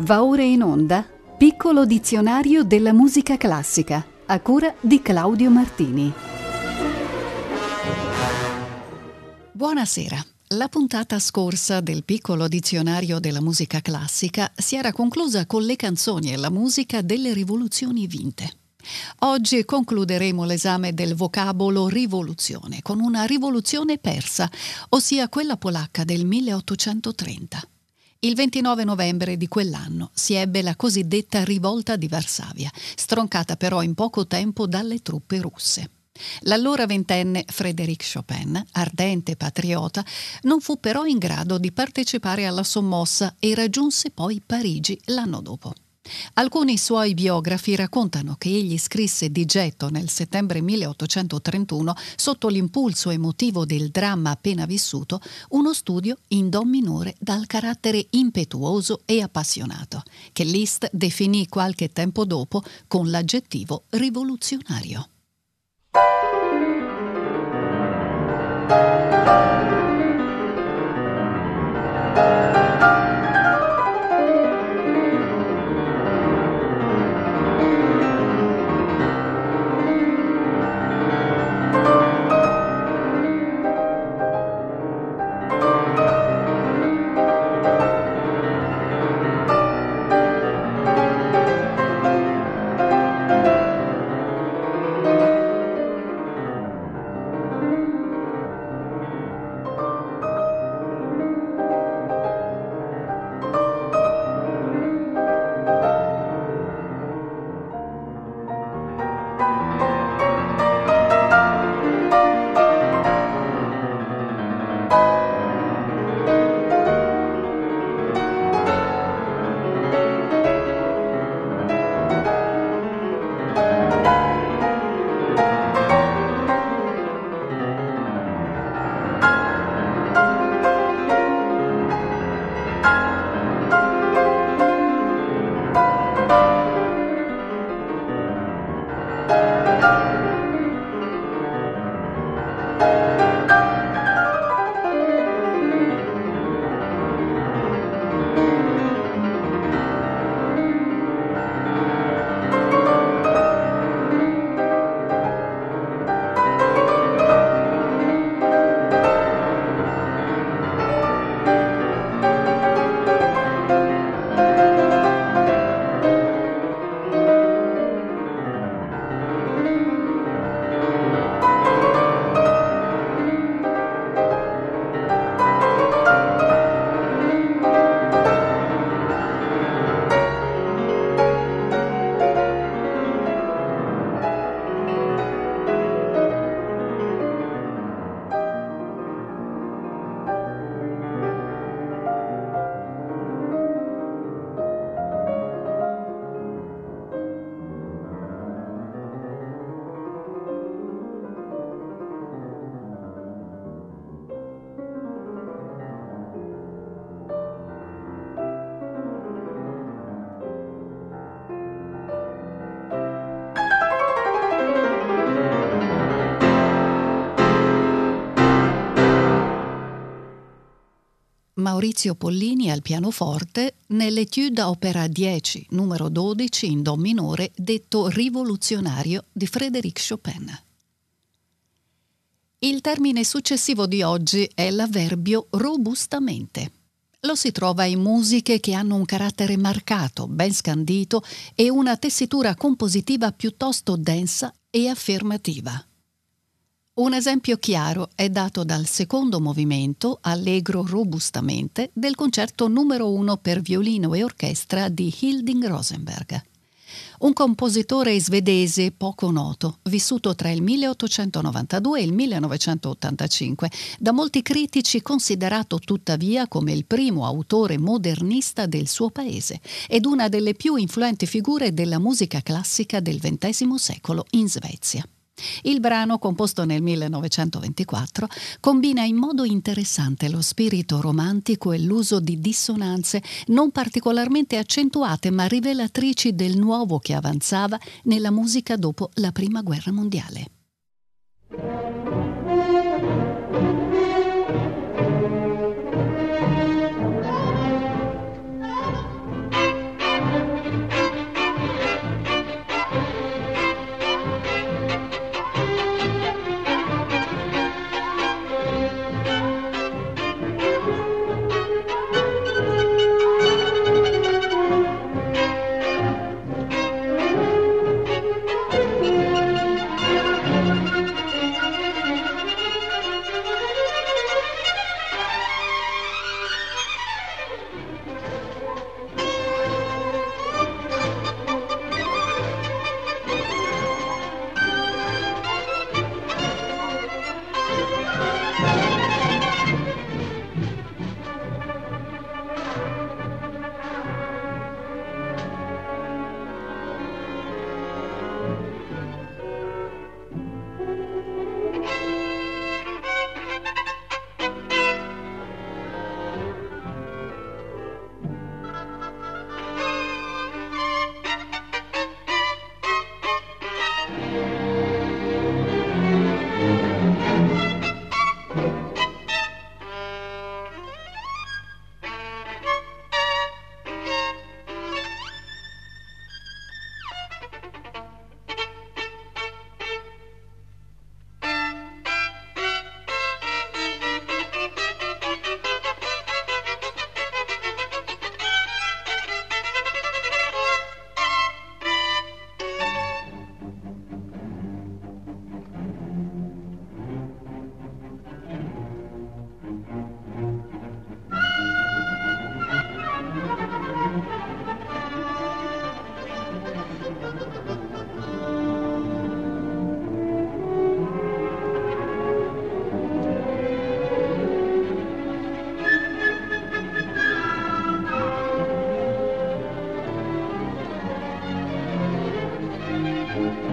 Va ora in onda Piccolo dizionario della musica classica, a cura di Claudio Martini. Buonasera. La puntata scorsa del Piccolo dizionario della musica classica si era conclusa con le canzoni e la musica delle rivoluzioni vinte. Oggi concluderemo l'esame del vocabolo rivoluzione con una rivoluzione persa, ossia quella polacca del 1830. Il 29 novembre di quell'anno si ebbe la cosiddetta rivolta di Varsavia, stroncata però in poco tempo dalle truppe russe. L'allora ventenne Frédéric Chopin, ardente patriota, non fu però in grado di partecipare alla sommossa e raggiunse poi Parigi l'anno dopo. Alcuni suoi biografi raccontano che egli scrisse di getto nel settembre 1831, sotto l'impulso emotivo del dramma appena vissuto, uno studio in do minore dal carattere impetuoso e appassionato, che Liszt definì qualche tempo dopo con l'aggettivo rivoluzionario. Maurizio Pollini al pianoforte nell'Étude opera 10, numero 12 in do minore, detto rivoluzionario di Frédéric Chopin. Il termine successivo di oggi è l'avverbio robustamente. Lo si trova in musiche che hanno un carattere marcato, ben scandito e una tessitura compositiva piuttosto densa e affermativa. Un esempio chiaro è dato dal secondo movimento, allegro robustamente, del concerto numero 1 per violino e orchestra di Hilding Rosenberg. Un compositore svedese poco noto, vissuto tra il 1892 e il 1985, da molti critici considerato tuttavia come il primo autore modernista del suo paese ed una delle più influenti figure della musica classica del XX secolo in Svezia. Il brano, composto nel 1924, combina in modo interessante lo spirito romantico e l'uso di dissonanze non particolarmente accentuate ma rivelatrici del nuovo che avanzava nella musica dopo la Prima Guerra Mondiale.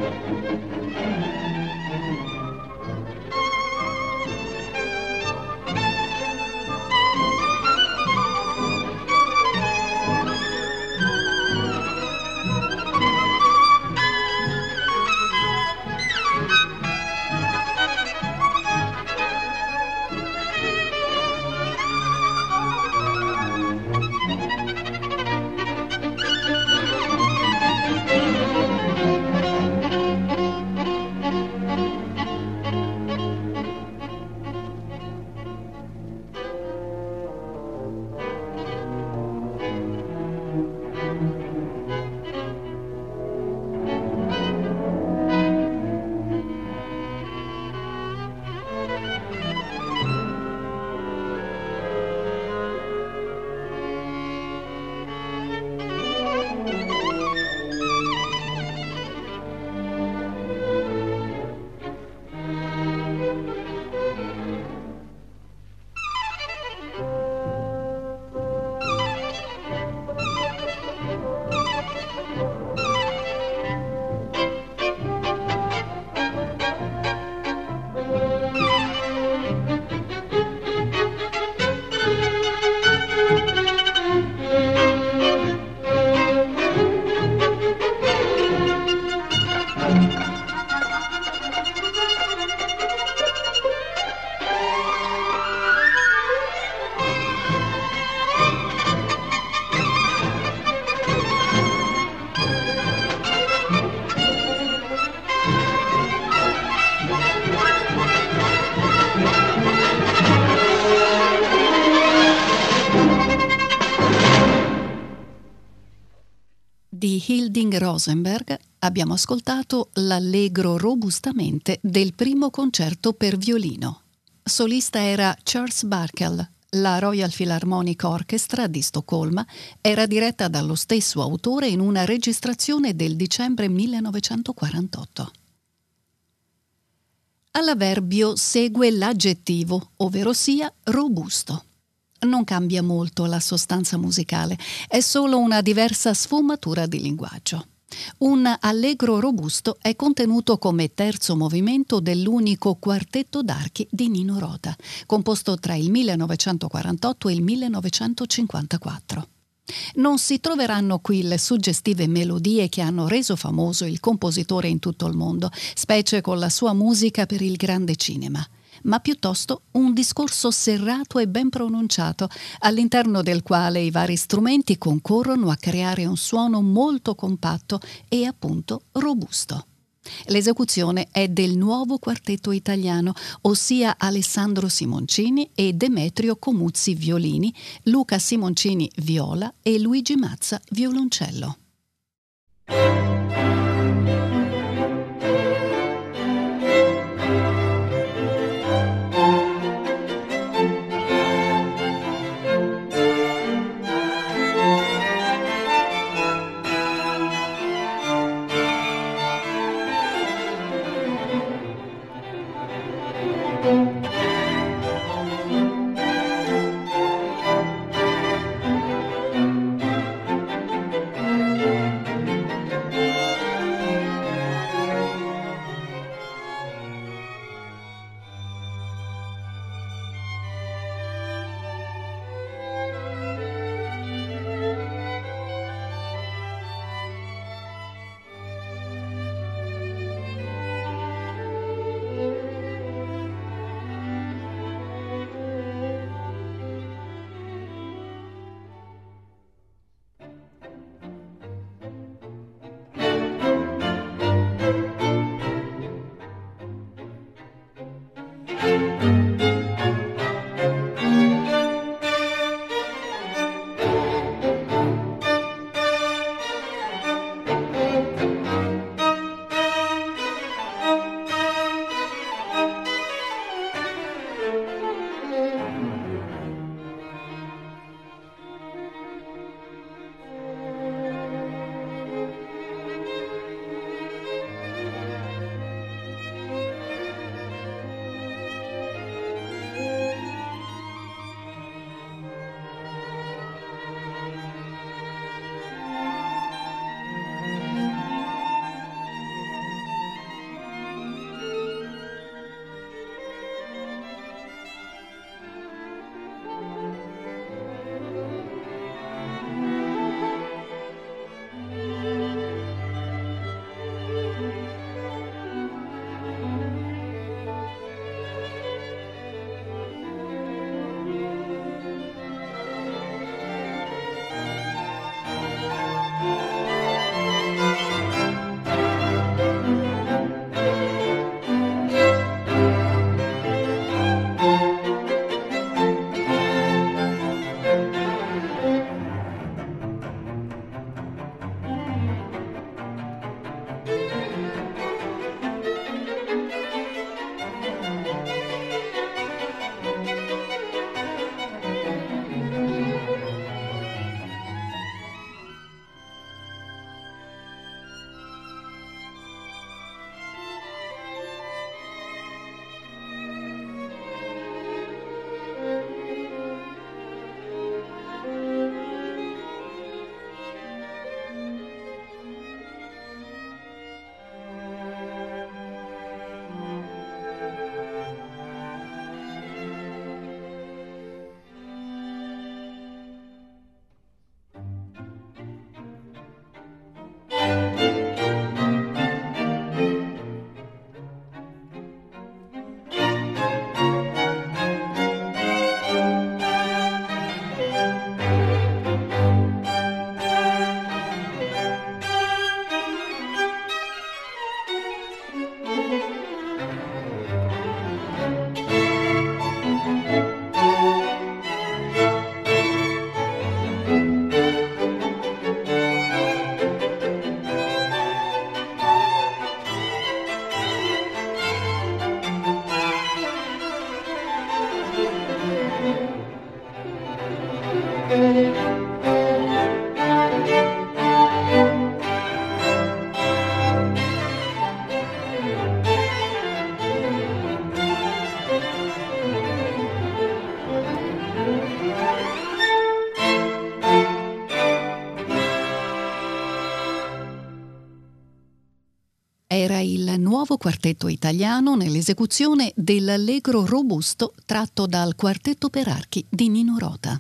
Di Hilding Rosenberg abbiamo ascoltato l'Allegro robustamente del primo concerto per violino. Solista era Charles Barkel. La Royal Philharmonic Orchestra di Stoccolma era diretta dallo stesso autore in una registrazione del dicembre 1948. All'avverbio segue l'aggettivo, ovvero sia robusto. Non cambia molto la sostanza musicale, è solo una diversa sfumatura di linguaggio. Un allegro robusto è contenuto come terzo movimento dell'unico quartetto d'archi di Nino Rota, composto tra il 1948 e il 1954. Non si troveranno qui le suggestive melodie che hanno reso famoso il compositore in tutto il mondo, specie con la sua musica per il grande cinema, ma piuttosto un discorso serrato e ben pronunciato, all'interno del quale i vari strumenti concorrono a creare un suono molto compatto e appunto robusto. L'esecuzione è del nuovo quartetto italiano, ossia Alessandro Simoncini e Demetrio Comuzzi violini, Luca Simoncini viola e Luigi Mazza violoncello. nuovo quartetto italiano nell'esecuzione dell'Allegro robusto tratto dal Quartetto per archi di Nino Rota.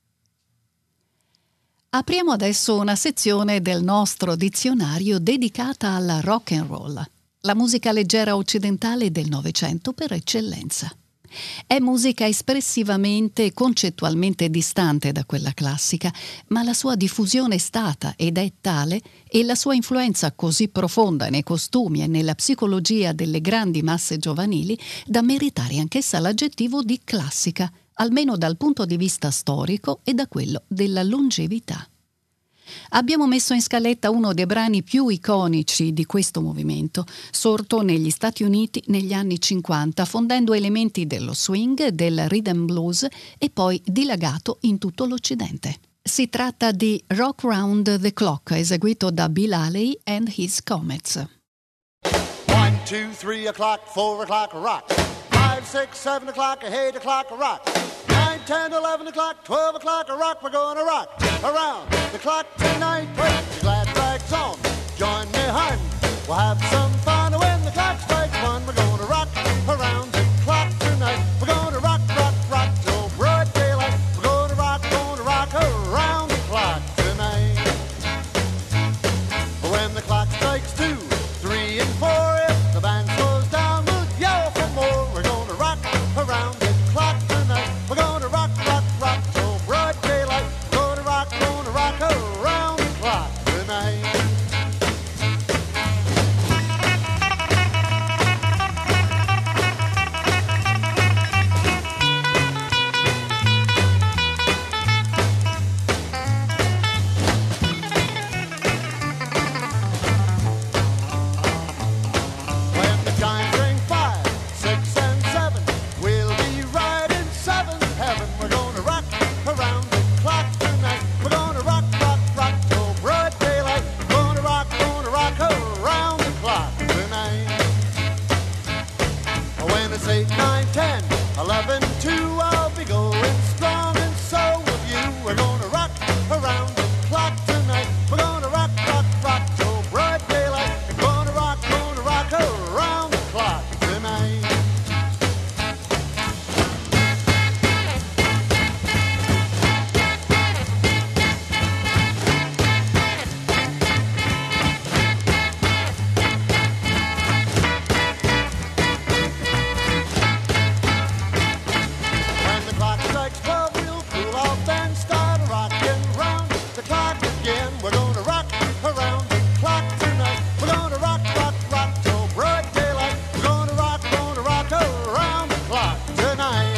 Apriamo adesso una sezione del nostro dizionario dedicata alla rock and roll, la musica leggera occidentale del Novecento per eccellenza. È musica espressivamente e concettualmente distante da quella classica, ma la sua diffusione è stata ed è tale e la sua influenza così profonda nei costumi e nella psicologia delle grandi masse giovanili da meritare anch'essa l'aggettivo di classica, almeno dal punto di vista storico e da quello della longevità. Abbiamo messo in scaletta uno dei brani più iconici di questo movimento, sorto negli Stati Uniti negli anni 50, fondendo elementi dello swing, del rhythm blues e poi dilagato in tutto l'Occidente. Si tratta di Rock Round the Clock, eseguito da Bill Haley and His Comets. 1, 2, 3 o'clock, 4 o'clock, rock. 5, 6, 7 o'clock, 8 o'clock, rock. 9, 10, 11 o'clock, 12 o'clock, rock. We're gonna rock around the clock tonight. Put your glad rags on, join me, hun. We'll have some fun when the clock strikes 1. We're gonna rock around the clock tonight. We're gonna rock, rock, rock till broad daylight. We're gonna rock around the clock tonight. When the clock strikes 2, 3 and 4, if the band slows down, we'll yell for more. We're gonna rock around the clock tonight. We're gonna rock, rock, rock till broad daylight. We're gonna rock around the clock tonight. When the chimes ring 5, 6 and 7, we'll be right in 7th heaven. We're gonna rock around the clock tonight. We're gonna rock, rock, rock till broad daylight. We're gonna rock around the clock tonight. When it's 8, 9, 10, 11, 2, I'll be going strong and so will you. We're gonna rock around the clock tonight. We're gonna rock, rock, rock till broad daylight. We're gonna rock around the clock tonight. When the clock strikes 12, we'll cool off and start rocking round the clock again. We're gonna rock around the clock tonight. We're gonna rock, rock, rock till broad daylight. We're gonna rock around the clock tonight.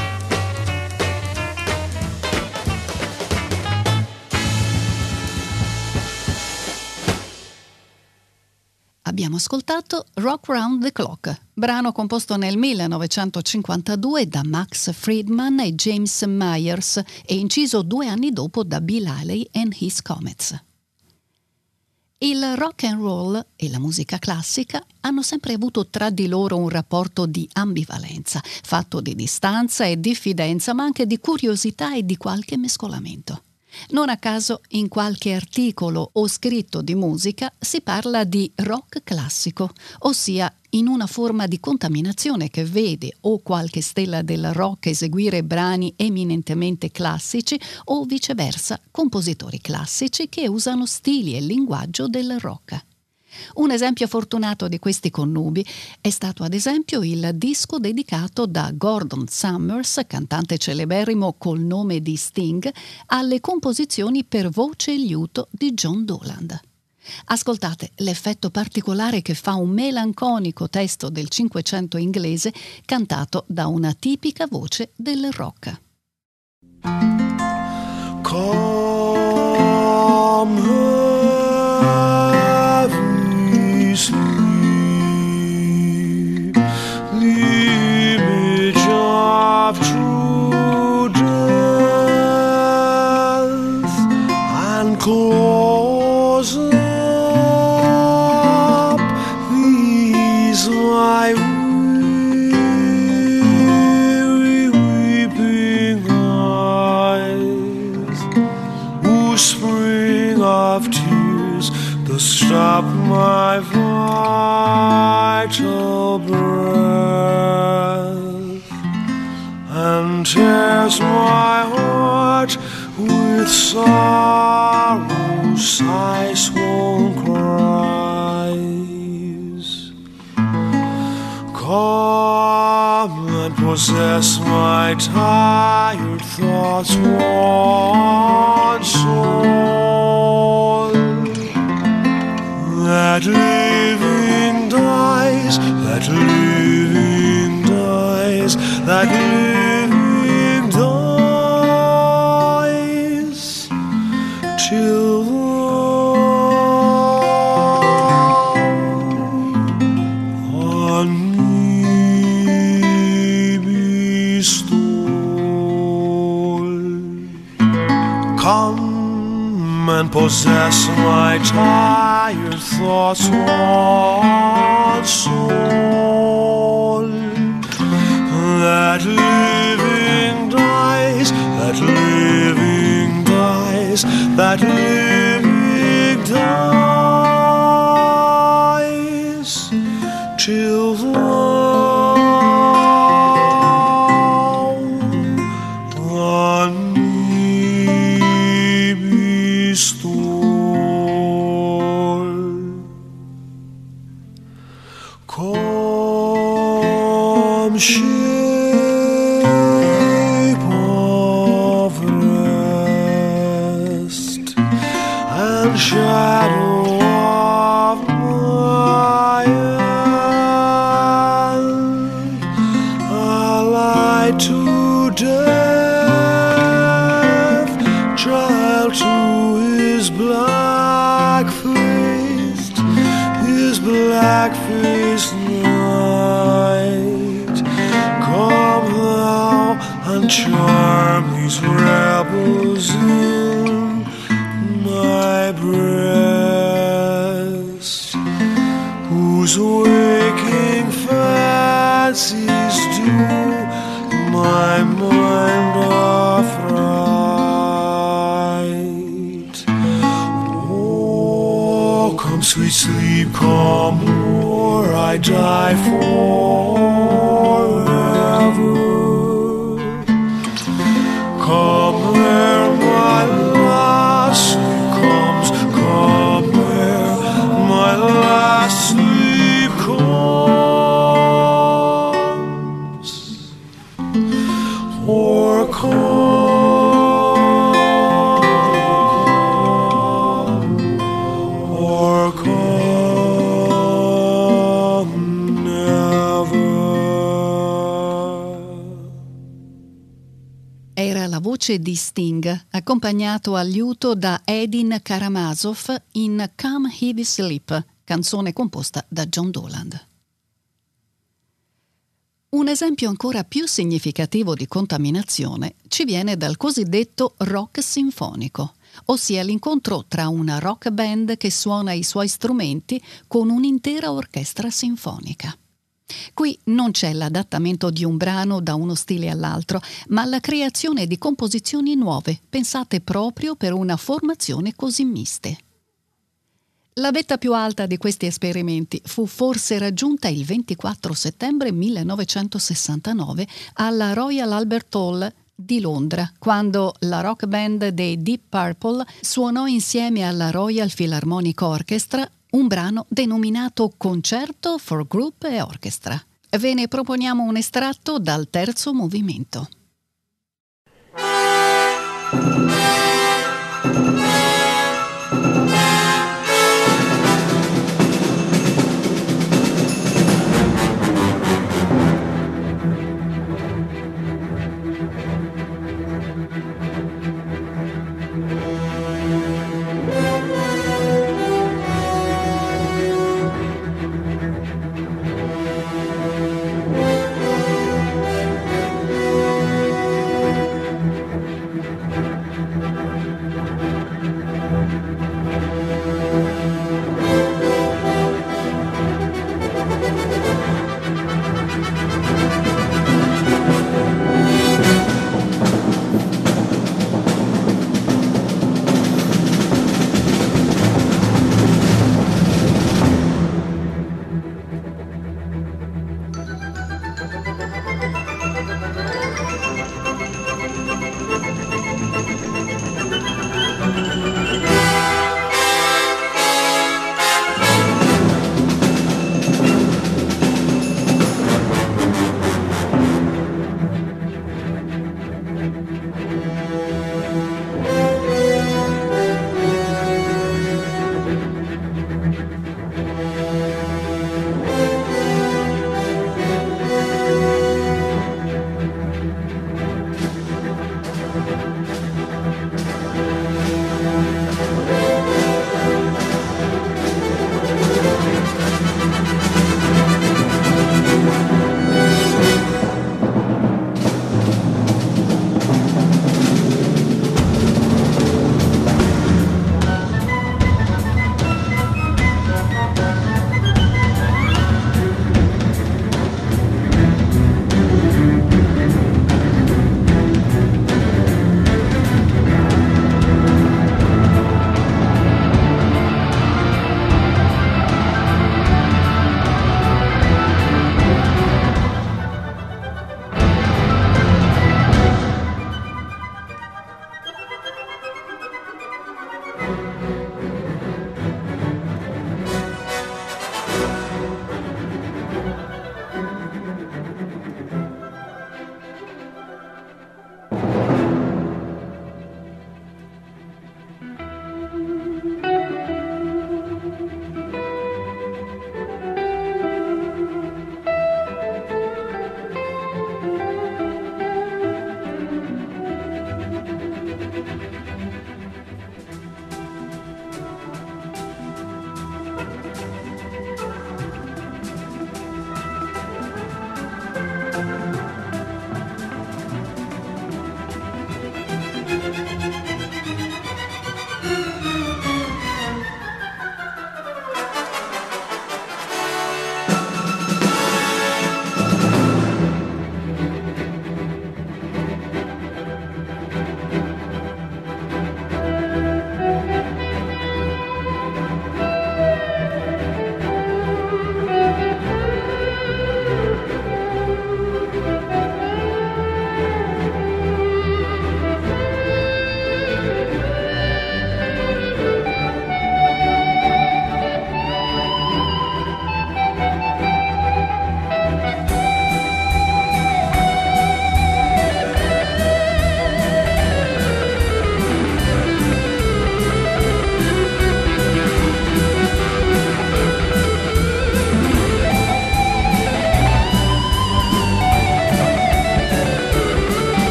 Abbiamo ascoltato Rock Round the Clock, brano composto nel 1952 da Max Friedman e James Myers e inciso 2 anni dopo da Bill Haley and His Comets. Il rock and roll e la musica classica hanno sempre avuto tra di loro un rapporto di ambivalenza, fatto di distanza e diffidenza, ma anche di curiosità e di qualche mescolamento. Non a caso, in qualche articolo o scritto di musica si parla di rock classico, ossia in una forma di contaminazione che vede o qualche stella del rock eseguire brani eminentemente classici o viceversa compositori classici che usano stili e linguaggio del rock. Un esempio fortunato di questi connubi è stato ad esempio il disco dedicato da Gordon Summers, cantante celeberrimo col nome di Sting, alle composizioni per voce e liuto di John Doland. Ascoltate l'effetto particolare che fa un melanconico testo del Cinquecento inglese cantato da una tipica voce del rock. Come sleep, the image of true death, and close up these my weary weeping eyes, whose spring of little breath and tears my heart with sorrow's ice-worn cries. Come and possess my tired thoughts once more. That living dies, that living dies, that living dies, till on me bestowed. Come and possess my tired thoughts once more. That living dies, that living dies, that living dies, till on me bestowed. Come, shape of rest and shadow of my end, allied to death, child to his black-faced night. Come thou and charm these rebels in my breast, whose waking fancies do my mind affright. Oh, come sweet sleep, come, or I die forever. Come where my last sleep comes, come where my last sleep comes, or come never. Era la voce di Sting, accompagnato al liuto da Edin Karamazov in Come Heavy Sleep, canzone composta da John Dowland. Un esempio ancora più significativo di contaminazione ci viene dal cosiddetto rock sinfonico, ossia l'incontro tra una rock band che suona i suoi strumenti con un'intera orchestra sinfonica. Qui non c'è l'adattamento di un brano da uno stile all'altro, ma la creazione di composizioni nuove, pensate proprio per una formazione così miste. La vetta più alta di questi esperimenti fu forse raggiunta il 24 settembre 1969 alla Royal Albert Hall di Londra, quando la rock band dei Deep Purple suonò insieme alla Royal Philharmonic Orchestra un brano denominato Concerto for Group e Orchestra. Ve ne proponiamo un estratto dal terzo movimento.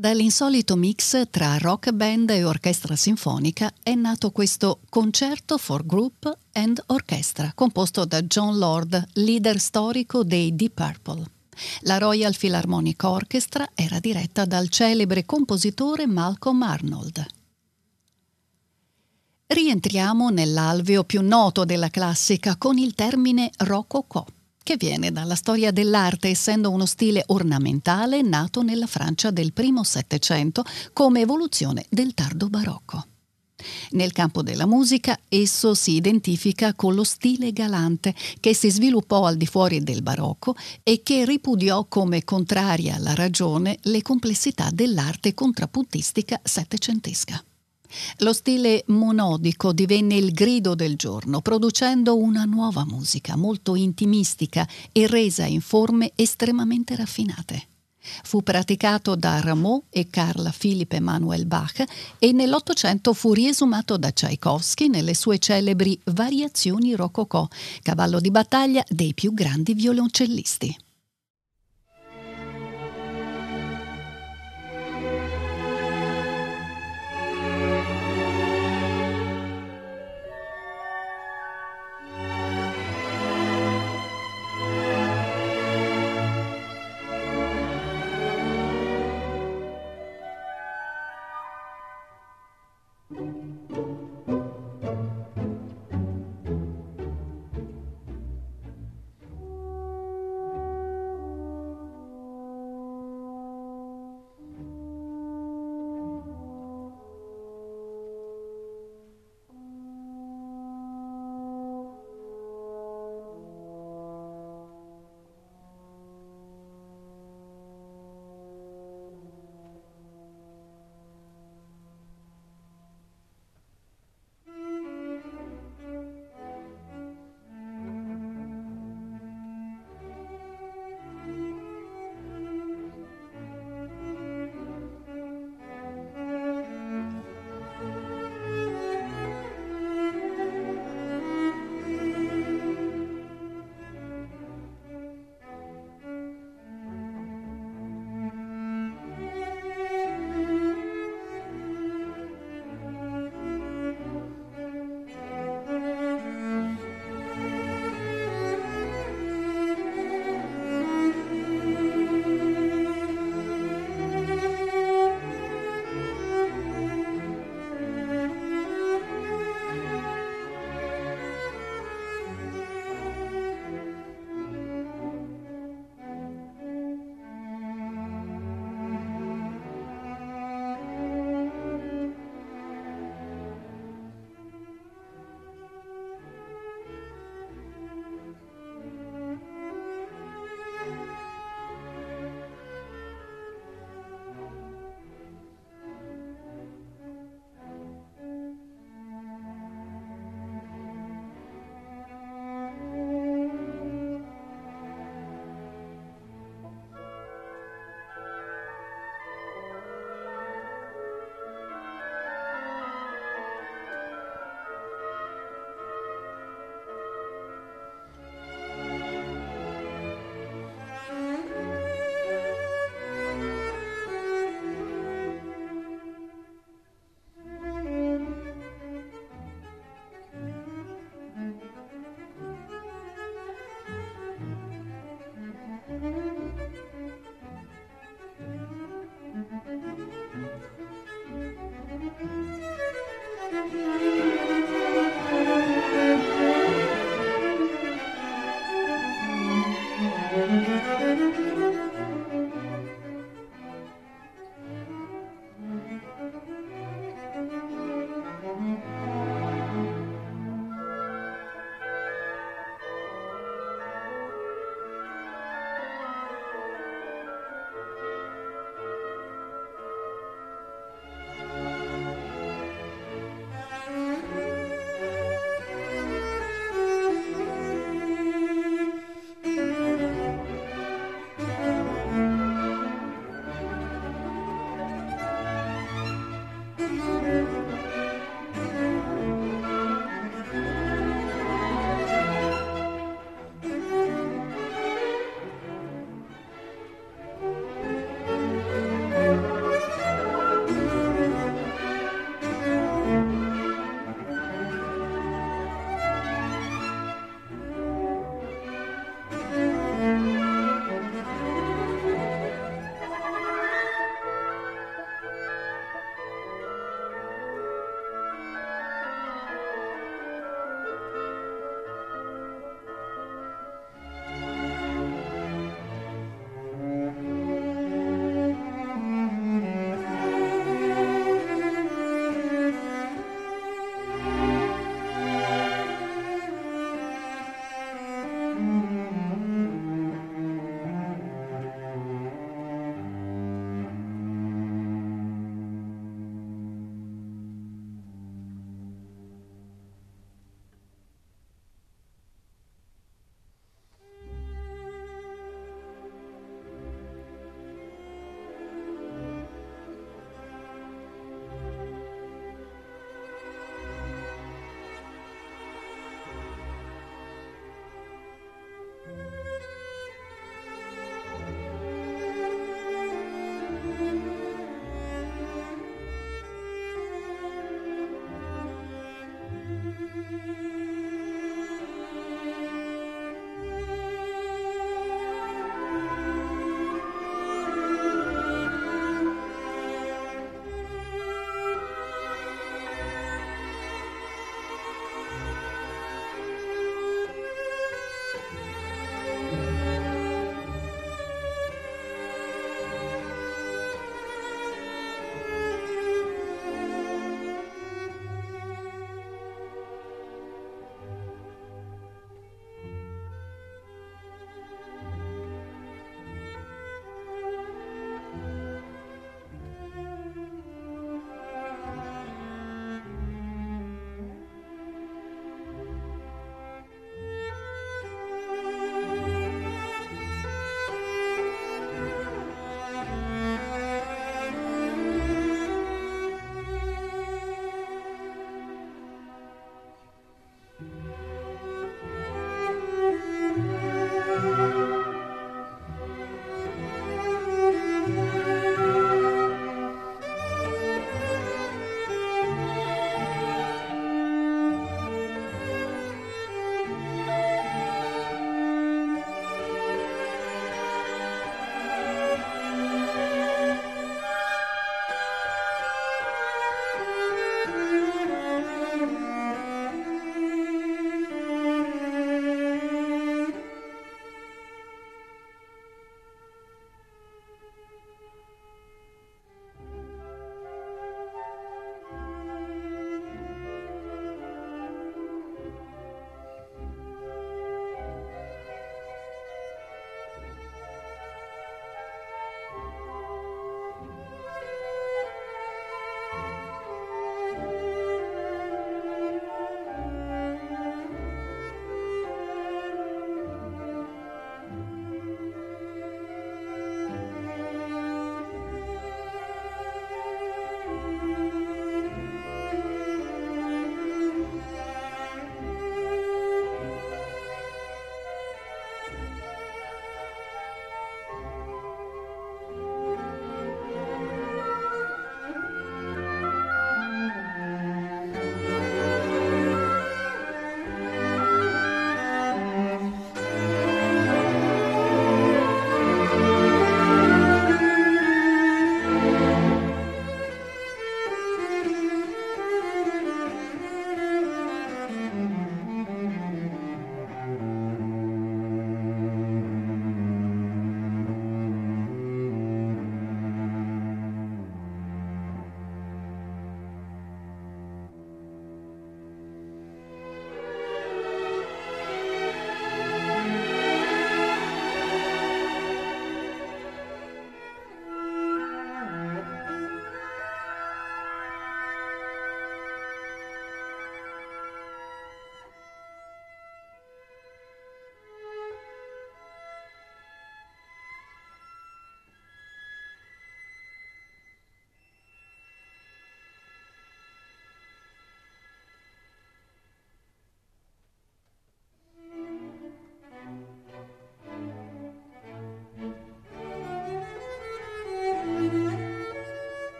Dall'insolito mix tra rock band e orchestra sinfonica è nato questo Concerto for Group and Orchestra, composto da John Lord, leader storico dei Deep Purple. La Royal Philharmonic Orchestra era diretta dal celebre compositore Malcolm Arnold. Rientriamo nell'alveo più noto della classica con il termine rococò, che viene dalla storia dell'arte, essendo uno stile ornamentale nato nella Francia del primo Settecento come evoluzione del tardo barocco. Nel campo della musica esso si identifica con lo stile galante che si sviluppò al di fuori del barocco e che ripudiò come contraria alla ragione le complessità dell'arte contrappuntistica settecentesca. Lo stile monodico divenne il grido del giorno, producendo una nuova musica molto intimistica e resa in forme estremamente raffinate. Fu praticato da Rameau e Carl Philipp Emanuel Bach e nell'Ottocento fu riesumato da Tchaikovsky nelle sue celebri Variazioni rococò, cavallo di battaglia dei più grandi violoncellisti.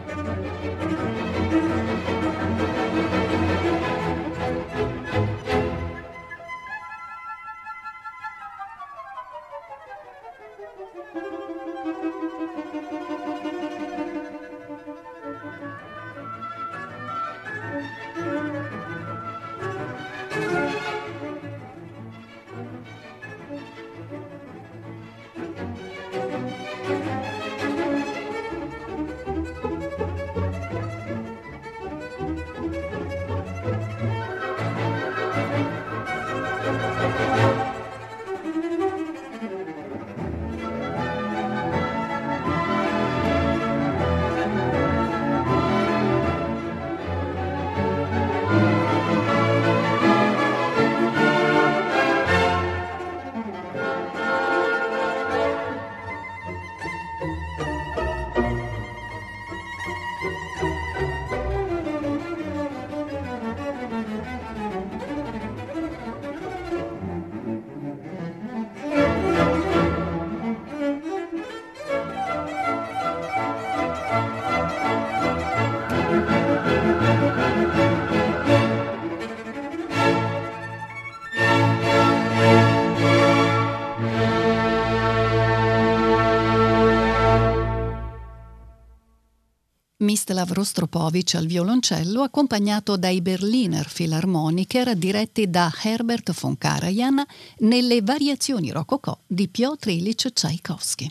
Mstislav Rostropovich al violoncello, accompagnato dai Berliner Philharmoniker diretti da Herbert von Karajan nelle variazioni rococò di Piotr Ilyich Tchaikovsky.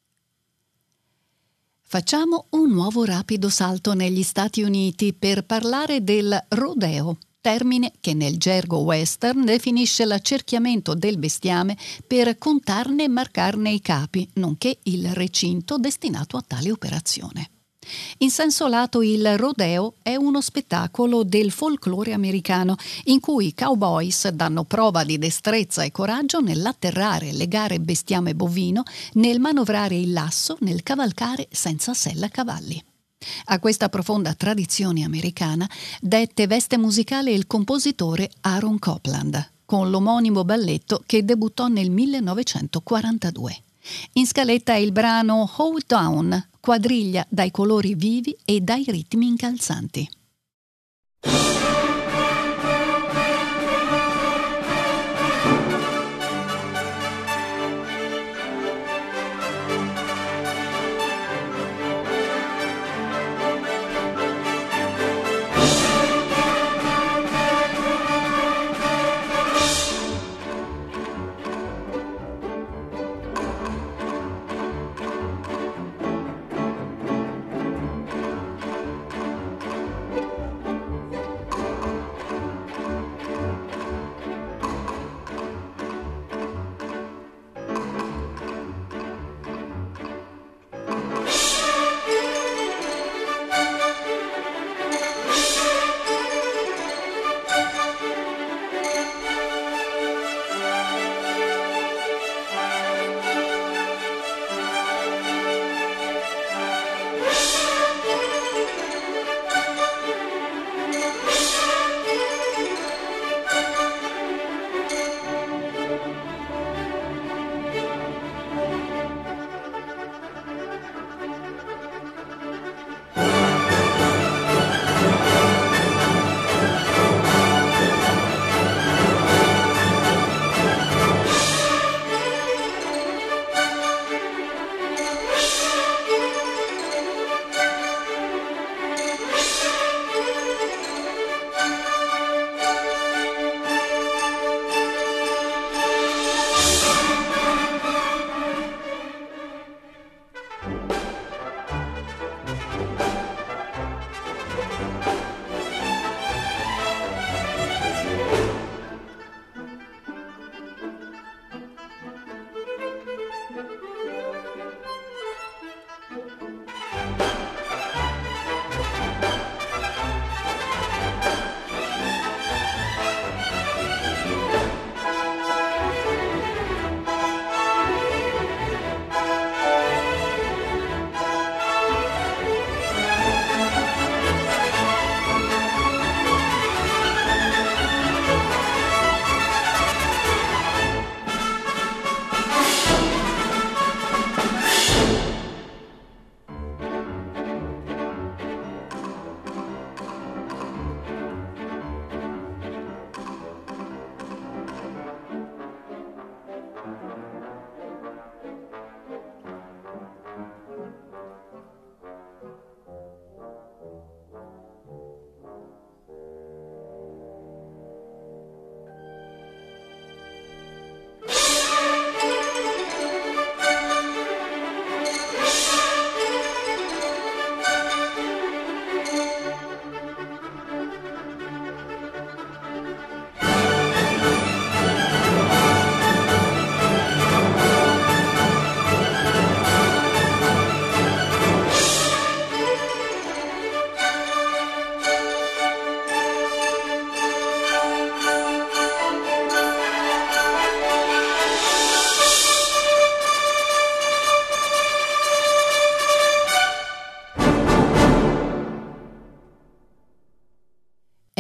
Facciamo un nuovo rapido salto negli Stati Uniti per parlare del rodeo, termine che nel gergo western definisce l'accerchiamento del bestiame per contarne e marcarne i capi, nonché il recinto destinato a tale operazione. In senso lato, il rodeo è uno spettacolo del folklore americano in cui i cowboys danno prova di destrezza e coraggio nell'atterrare e legare bestiame bovino, nel manovrare il lasso, nel cavalcare senza sella cavalli. A questa profonda tradizione americana dette veste musicale il compositore Aaron Copland, con l'omonimo balletto che debuttò nel 1942. In scaletta è il brano Hold Down, quadriglia dai colori vivi e dai ritmi incalzanti.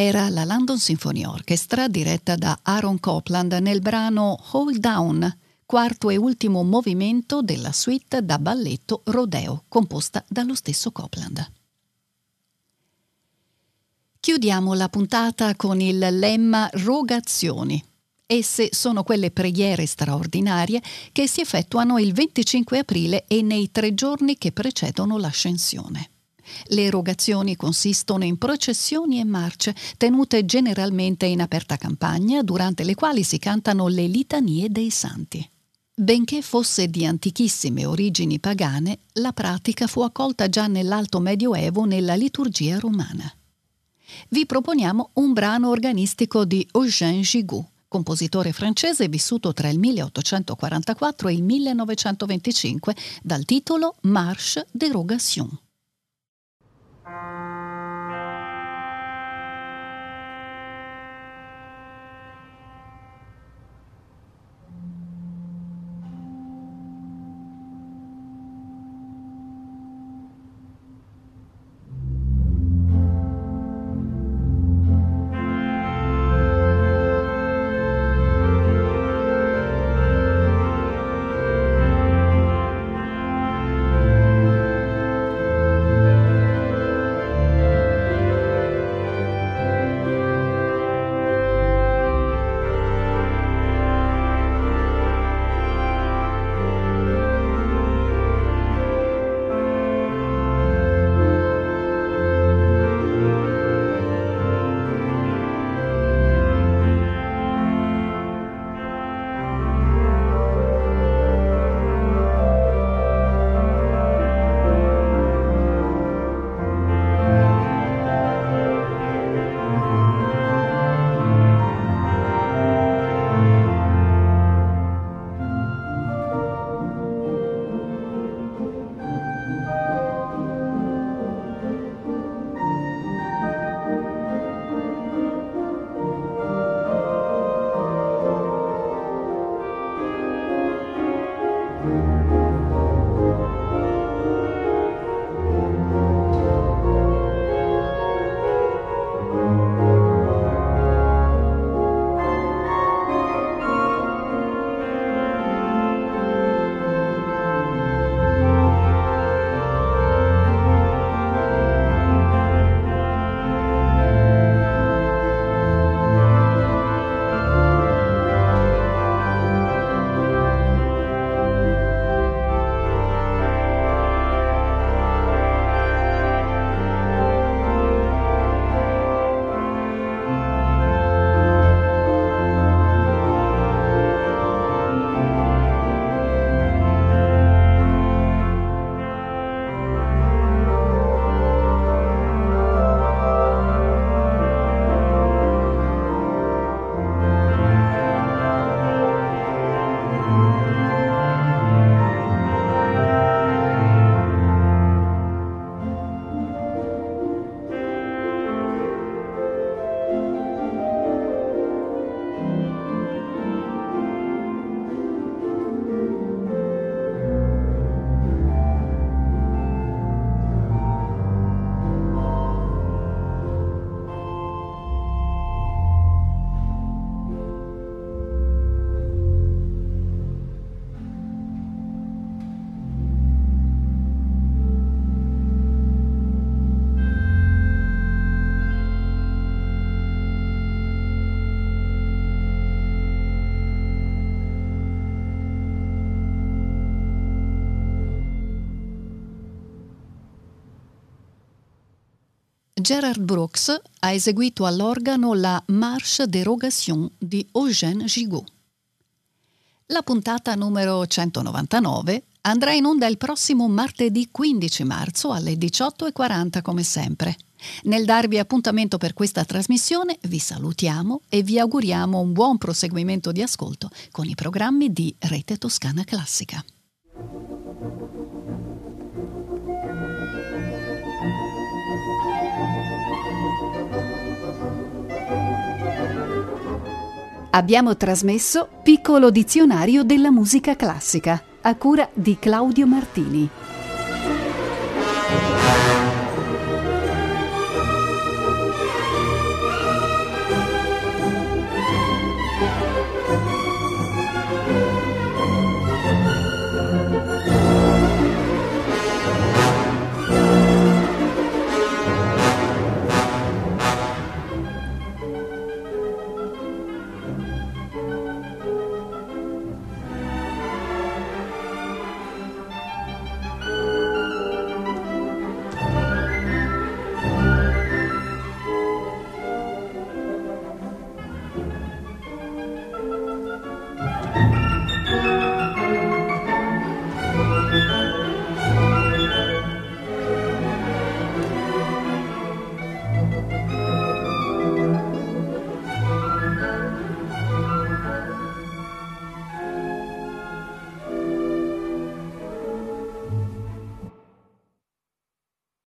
Era la London Symphony Orchestra diretta da Aaron Copland nel brano Hold Down, quarto e ultimo movimento della suite da balletto Rodeo, composta dallo stesso Copland. Chiudiamo la puntata con il lemma rogazioni. Esse sono quelle preghiere straordinarie che si effettuano il 25 aprile e nei 3 giorni che precedono l'ascensione. Le erogazioni consistono in processioni e marce tenute generalmente in aperta campagna, durante le quali si cantano le litanie dei santi. Benché fosse di antichissime origini pagane, la pratica fu accolta già nell'Alto Medioevo nella liturgia romana. Vi proponiamo un brano organistico di Eugène Gigoux, compositore francese vissuto tra il 1844 e il 1925, dal titolo Marche des Rogations. Gerard Brooks ha eseguito all'organo la Marche des Rogations di Eugène Gigoux. La puntata numero 199 andrà in onda il prossimo martedì 15 marzo alle 18:40 come sempre. Nel darvi appuntamento per questa trasmissione vi salutiamo e vi auguriamo un buon proseguimento di ascolto con i programmi di Rete Toscana Classica. Abbiamo trasmesso Piccolo dizionario della musica classica, a cura di Claudio Martini.